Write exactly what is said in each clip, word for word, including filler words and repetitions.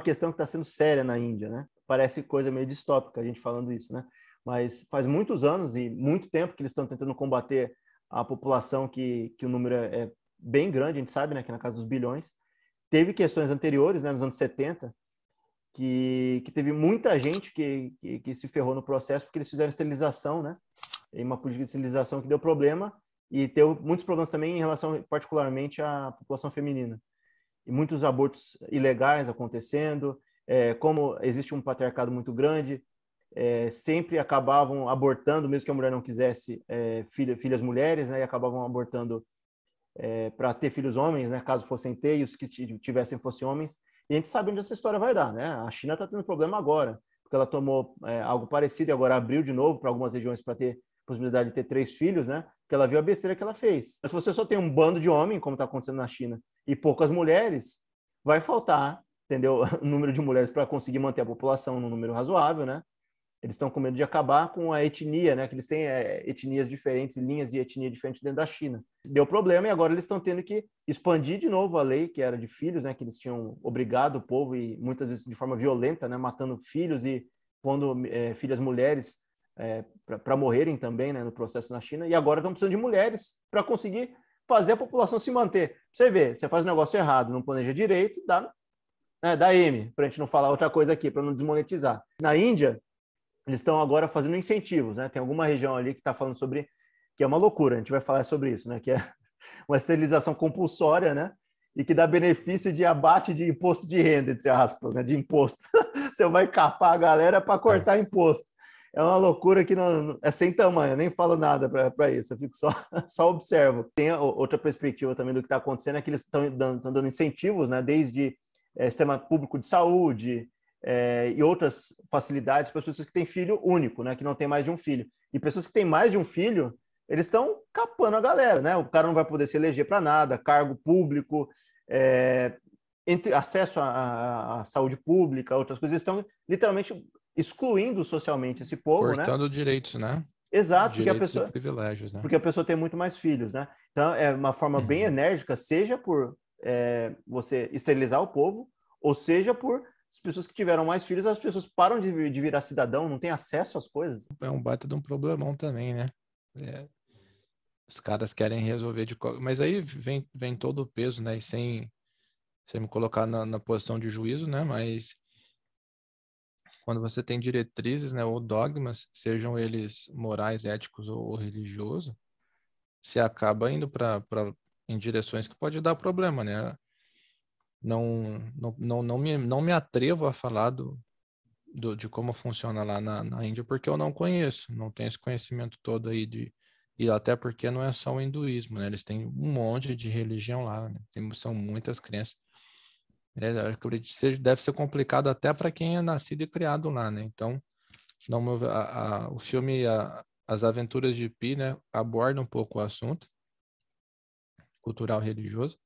questão que está sendo séria na Índia, né? Parece coisa meio distópica a gente falando isso, né? Mas faz muitos anos e muito tempo que eles estão tentando combater a população que, que o número é, é bem grande, a gente sabe, né? Que é na casa dos bilhões. Teve questões anteriores, né? Nos anos setenta, que, que teve muita gente que, que, que se ferrou no processo porque eles fizeram esterilização, né? E uma política de esterilização que deu problema e teve muitos problemas também em relação, particularmente, à população feminina. E muitos abortos ilegais acontecendo, é, como existe um patriarcado muito grande, é, sempre acabavam abortando, mesmo que a mulher não quisesse, é, filha, filhas mulheres, né, e acabavam abortando é, para ter filhos homens, né, caso fossem ter, e os que tivessem fossem homens. E a gente sabe onde essa história vai dar, né? A China está tendo problema agora, porque ela tomou é, algo parecido e agora abriu de novo para algumas regiões para ter possibilidade de ter três filhos, né? Porque ela viu a besteira que ela fez. Mas se você só tem um bando de homens, como está acontecendo na China, e poucas mulheres, vai faltar, entendeu? O número de mulheres para conseguir manter a população num número razoável, né? Eles estão com medo de acabar com a etnia, né? Que eles têm é, etnias diferentes, linhas de etnia diferentes dentro da China. Deu problema e agora eles estão tendo que expandir de novo a lei que era de filhos, né? Que eles tinham obrigado o povo e muitas vezes de forma violenta, né? Matando filhos e pondo é, filhas mulheres é, para morrerem também, né, no processo na China, e agora estão precisando de mulheres para conseguir fazer a população se manter. Você vê, você faz um negócio errado, não planeja direito, dá, né, dá M, para a gente não falar outra coisa aqui, para não desmonetizar. Na Índia, eles estão agora fazendo incentivos, né? Tem alguma região ali que está falando sobre, que é uma loucura, a gente vai falar sobre isso, né? Que é uma esterilização compulsória, né? E que dá benefício de abate de imposto de renda, entre aspas, né? De imposto. Você vai capar a galera para cortar é. imposto. É uma loucura que não, é sem tamanho, eu nem falo nada para isso, eu fico só, só observo. Tem outra perspectiva também do que está acontecendo, é que eles estão dando, dando incentivos, né, desde é, sistema público de saúde é, e outras facilidades para as pessoas que têm filho único, né, que não tem mais de um filho. E pessoas que têm mais de um filho, eles estão capando a galera, né? O cara não vai poder se eleger para nada, cargo público, é, entre, acesso à, à saúde pública, outras coisas, eles estão literalmente excluindo socialmente esse povo, cortando né? direitos, né? Exato, direitos porque a pessoa, e privilégios, né? Porque a pessoa tem muito mais filhos, né? Então é uma forma bem Uhum. enérgica, seja por é, você esterilizar o povo, ou seja por as pessoas que tiveram mais filhos, as pessoas param de, de virar cidadão, não têm acesso às coisas. É um baita de um problemão também, né? É, os caras querem resolver de qualquer... Mas aí vem, vem todo o peso, né? E sem, sem me colocar na, na posição de juízo, né? Mas quando você tem diretrizes, né, ou dogmas, sejam eles morais, éticos ou, ou religiosos, você acaba indo para em direções que pode dar problema, né? Não, não, não, não, me, não me atrevo a falar do, do, de como funciona lá na, na Índia, porque eu não conheço, não tenho esse conhecimento todo aí de... E até porque não é só o hinduísmo, né? Eles têm um monte de religião lá, né? Tem, são muitas crenças. É, eu acredito que seja, deve ser complicado até para quem é nascido e criado lá, né? Então, não, a, a, o filme a, As Aventuras de Pi, né, aborda um pouco o assunto cultural religioso,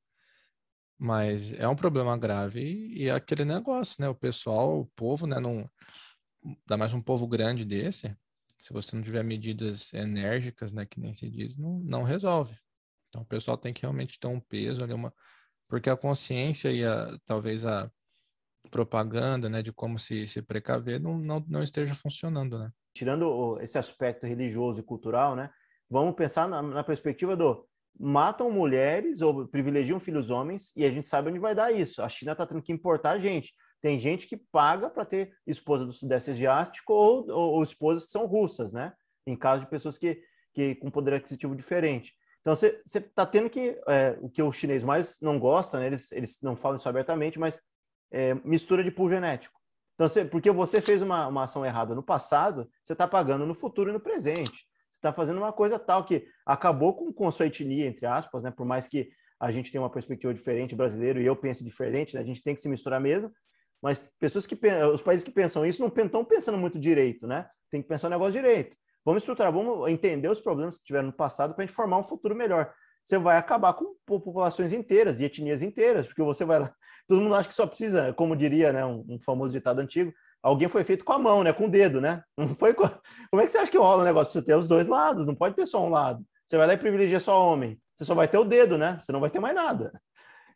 mas é um problema grave e, e é aquele negócio, né? O pessoal, o povo, né, não, dá mais um povo grande desse, se você não tiver medidas enérgicas, né, que nem se diz, não, não resolve. Então, o pessoal tem que realmente ter um peso ali, uma, porque a consciência e a, talvez a propaganda, né, de como se, se precaver, não, não, não esteja funcionando, né? Tirando esse aspecto religioso e cultural, né? Vamos pensar na, na perspectiva do matam mulheres ou privilegiam filhos homens e a gente sabe onde vai dar isso. A China está tendo que importar gente. Tem gente que paga para ter esposa do Sudeste Asiático ou, ou, ou esposas que são russas, né? Em caso de pessoas que, que com poder aquisitivo diferente. Então, você está tendo que... É, o que o chinês mais não gosta, né? Eles, eles não falam isso abertamente, mas é, mistura de pool genético. Então, você, porque você fez uma, uma ação errada no passado, você está pagando no futuro e no presente. Você está fazendo uma coisa tal que acabou com, com a sua etnia, entre aspas, né? Por mais que a gente tenha uma perspectiva diferente, brasileiro, e eu pense diferente, né? A gente tem que se misturar mesmo. Mas pessoas que os países que pensam isso não estão pensando muito direito, né? Tem que pensar o negócio direito. Vamos estruturar, vamos entender os problemas que tiveram no passado para a gente formar um futuro melhor. Você vai acabar com populações inteiras e etnias inteiras, porque você vai lá. Todo mundo acha que só precisa, como diria, né, um, um famoso ditado antigo, alguém foi feito com a mão, né, com o dedo, né? Não foi com... Como é que você acha que rola o negócio? Precisa ter os dois lados, não pode ter só um lado. Você vai lá e privilegia só homem, você só vai ter o dedo, né? Você não vai ter mais nada.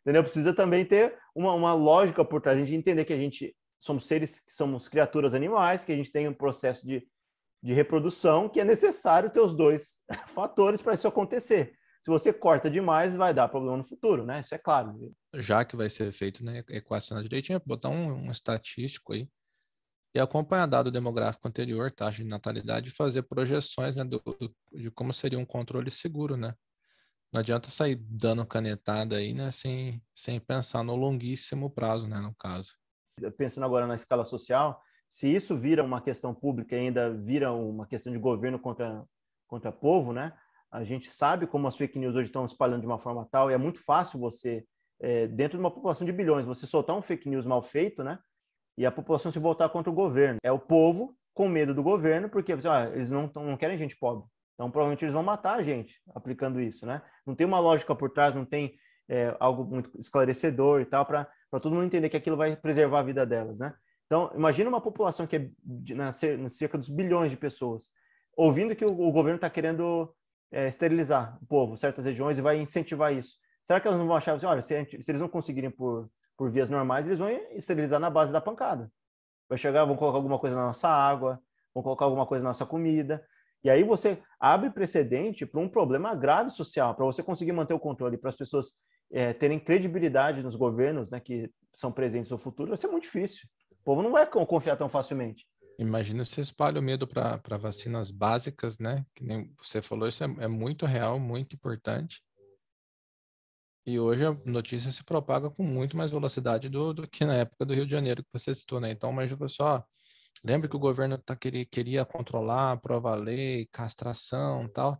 entendeu? Precisa também ter uma, uma lógica por trás, a gente entender que a gente somos seres, que somos criaturas animais, que a gente tem um processo de, de reprodução, que é necessário ter os dois fatores para isso acontecer. Se você corta demais, vai dar problema no futuro, né? Isso é claro. Já que vai ser feito, né, equacionar direitinho, botar um, um estatístico aí e acompanhar dado demográfico anterior, taxa de natalidade, e fazer projeções, né, do, do, de como seria um controle seguro, né? Não adianta sair dando canetada aí, né, sem, sem pensar no longuíssimo prazo, né, no caso. Pensando agora na escala social, se isso vira uma questão pública e ainda vira uma questão de governo contra, contra povo, né? A gente sabe como as fake news hoje estão espalhando de uma forma tal, e é muito fácil você, é, dentro de uma população de bilhões, você soltar um fake news mal feito, né? E a população se voltar contra o governo. É o povo com medo do governo, porque ah, eles não, não querem gente pobre. Então, provavelmente, eles vão matar a gente aplicando isso, né? Não tem uma lógica por trás, não tem é, algo muito esclarecedor e tal, para todo mundo entender que aquilo vai preservar a vida delas, né? Então, imagina uma população que é na, na cerca dos bilhões de pessoas, ouvindo que o, o governo está querendo é, esterilizar o povo, certas regiões, e vai incentivar isso. Será que elas não vão achar assim, olha, se, se eles não conseguirem por, por vias normais, eles vão esterilizar na base da pancada. Vai chegar, vão colocar alguma coisa na nossa água, vão colocar alguma coisa na nossa comida. E aí você abre precedente para um problema grave social, para você conseguir manter o controle, para as pessoas é, terem credibilidade nos governos, né, que são presentes no futuro, vai ser muito difícil. O povo não vai confiar tão facilmente. Imagina se espalha o medo para vacinas básicas, né? Que nem você falou, isso é, é muito real, muito importante. E hoje a notícia se propaga com muito mais velocidade do, do que na época do Rio de Janeiro, que você citou, né? Então, mas pessoal, lembra que o governo tá, queria, queria controlar, aprovar a lei, castração e tal.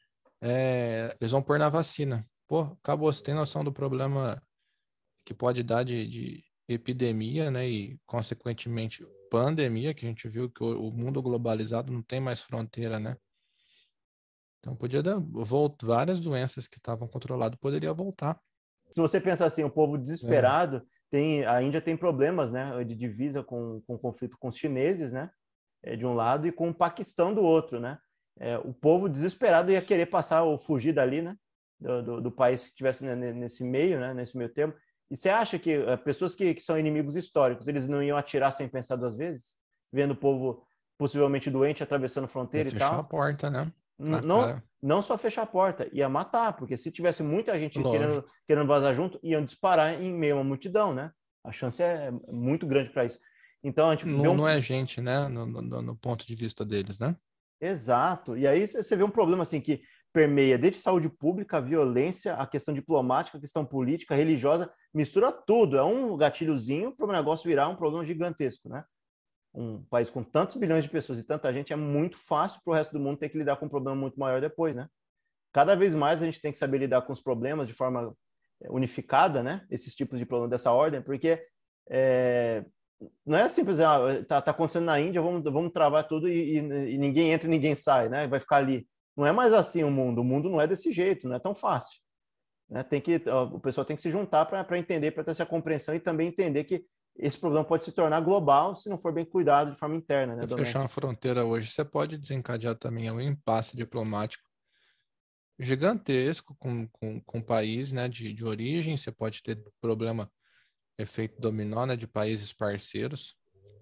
É, eles vão pôr na vacina. Pô, acabou, você tem noção do problema que pode dar de, de epidemia, né? E, consequentemente, pandemia, que a gente viu que o, o mundo globalizado não tem mais fronteira, né? Então, podia dar volta, várias doenças que estavam controladas poderia voltar. Se você pensar assim, o povo desesperado, é. tem, a Índia tem problemas, né, de divisa com, com conflito com os chineses, né, de um lado, e com o Paquistão do outro, né. É, o povo desesperado ia querer passar ou fugir dali, né, do, do, do país que estivesse nesse meio, né, nesse meio tempo. E você acha que uh, pessoas que, que são inimigos históricos, eles não iam atirar sem pensar duas vezes? Vendo o povo possivelmente doente atravessando fronteira ia e tal? Fechar a porta, né? Não, não só fechar a porta, ia matar, porque se tivesse muita gente querendo, querendo vazar junto, iam disparar em meio a uma multidão, né? A chance é muito grande para isso. Então, a gente não, um... não é gente, né? No, no, no ponto de vista deles, né? Exato. E aí você vê um problema assim que permeia desde saúde pública, a violência, a questão diplomática, a questão política, religiosa, mistura tudo. É um gatilhozinho para o negócio virar um problema gigantesco, né? Um país com tantos bilhões de pessoas e tanta gente, é muito fácil para o resto do mundo ter que lidar com um problema muito maior depois, né? Cada vez mais a gente tem que saber lidar com os problemas de forma unificada, né? Esses tipos de problemas dessa ordem, porque é, não é simples, ah, tá, tá acontecendo na Índia, vamos, vamos travar tudo e, e, e ninguém entra e ninguém sai, né? Vai ficar ali. Não é mais assim o mundo, o mundo não é desse jeito, não é tão fácil. Né? Tem que, o pessoal tem que se juntar para entender, para ter essa compreensão e também entender que esse problema pode se tornar global se não for bem cuidado de forma interna. Né, se fechar uma fronteira hoje, você pode desencadear também um impasse diplomático gigantesco com, com, com o país, né, de, de origem. Você pode ter problema, efeito dominó, né, de países parceiros.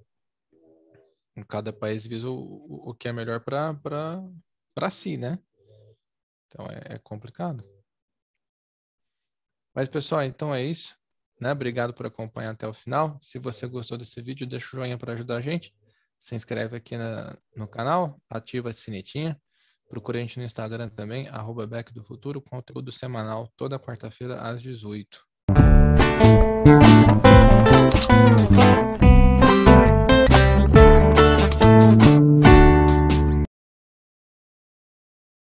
Cada país visa o, o, o que é melhor para si, né? Então é, é complicado. Mas, pessoal, então é isso. Né? Obrigado por acompanhar até o final. Se você gostou desse vídeo, deixa o joinha para ajudar a gente. Se inscreve aqui na, no canal, ativa a sinetinha. Procure a gente no Instagram também, arroba Back do Futuro, conteúdo semanal toda quarta-feira às dezoito.